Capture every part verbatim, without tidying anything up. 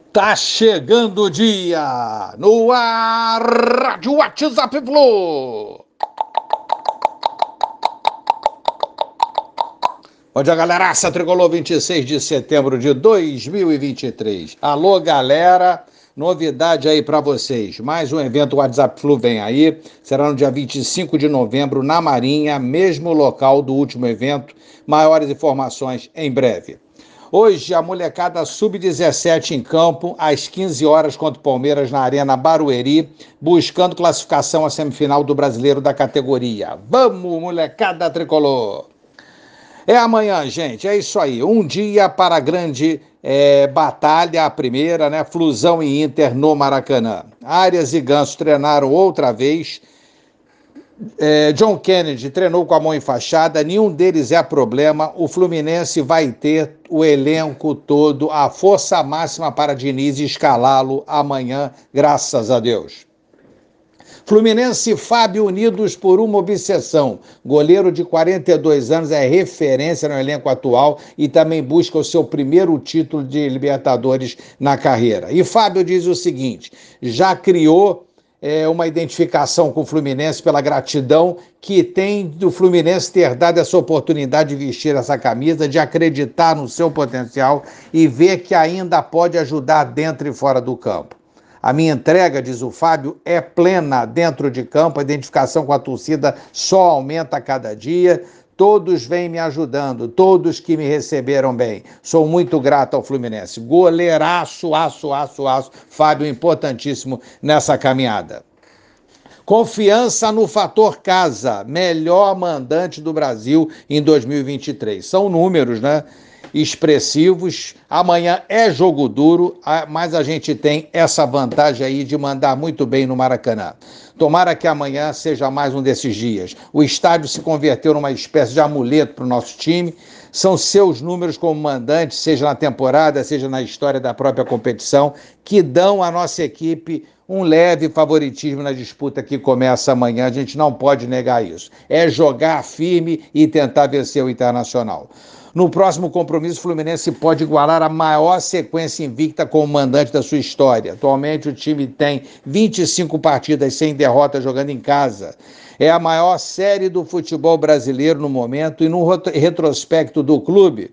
Tá chegando o dia no ar, Rádio WhatsApp Flu. Bom dia, galeraça, Tricolor, vinte e seis de setembro de dois mil e vinte e três. Alô, galera, novidade aí pra vocês. Mais um evento WhatsApp Flu vem aí. Será no dia vinte e cinco de novembro na Marinha, mesmo local do último evento. Maiores informações em breve. Hoje, a molecada sub dezessete em campo, às quinze horas contra o Palmeiras na Arena Barueri, buscando classificação à semifinal do Brasileiro da categoria. Vamos, molecada tricolor! É amanhã, gente, é isso aí. Um dia para a grande é, batalha, a primeira, né? Flusão e Inter no Maracanã. Arias e Ganso treinaram outra vez. É, John Kennedy treinou com a mão enfaixada, nenhum deles é problema. O Fluminense vai ter o elenco todo, a força máxima para Diniz escalá-lo amanhã, graças a Deus. Fluminense e Fábio unidos por uma obsessão. Goleiro de quarenta e dois anos é referência no elenco atual e também busca o seu primeiro título de Libertadores na carreira. E Fábio diz o seguinte, já criou É uma identificação com o Fluminense pela gratidão que tem do Fluminense ter dado essa oportunidade de vestir essa camisa, de acreditar no seu potencial e ver que ainda pode ajudar dentro e fora do campo. A minha entrega, diz o Fábio, é plena dentro de campo, a identificação com a torcida só aumenta a cada dia. Todos vêm me ajudando, todos que me receberam bem. Sou muito grato ao Fluminense. Goleiraço, aço, aço, aço. Fábio, importantíssimo nessa caminhada. Confiança no fator casa, melhor mandante do Brasil em dois mil e vinte e três. São números, né? Expressivos. Amanhã é jogo duro, mas a gente tem essa vantagem aí de mandar muito bem no Maracanã. Tomara que amanhã seja mais um desses dias. O estádio se converteu numa espécie de amuleto para o nosso time. São seus números como mandante, seja na temporada, seja na história da própria competição, que dão à nossa equipe um leve favoritismo na disputa que começa amanhã. A gente não pode negar isso. É jogar firme e tentar vencer o Internacional. No próximo compromisso, o Fluminense pode igualar a maior sequência invicta como mandante da sua história. Atualmente, o time tem vinte e cinco partidas sem derrota jogando em casa. É a maior série do futebol brasileiro no momento e no retrospecto do clube,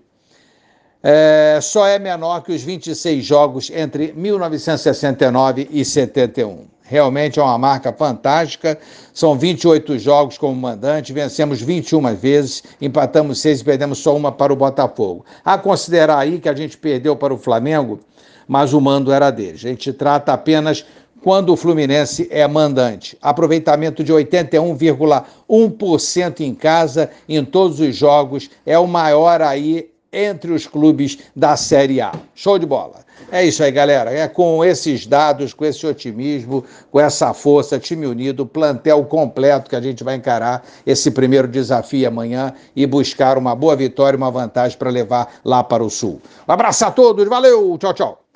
é, só é menor que os vinte e seis jogos entre mil novecentos e sessenta e nove e setenta e um. Realmente é uma marca fantástica, são vinte e oito jogos como mandante, vencemos vinte e uma vezes, empatamos seis e perdemos só uma para o Botafogo. A considerar aí que a gente perdeu para o Flamengo, mas o mando era deles. A gente trata apenas quando o Fluminense é mandante. Aproveitamento de oitenta e um vírgula um por cento em casa, em todos os jogos, é o maior aí entre os clubes da Série A. Show de bola. É isso aí, galera. É com esses dados, com esse otimismo, com essa força, time unido, plantel completo que a gente vai encarar esse primeiro desafio amanhã e buscar uma boa vitória, uma vantagem para levar lá para o Sul. Um abraço a todos, valeu, tchau, tchau.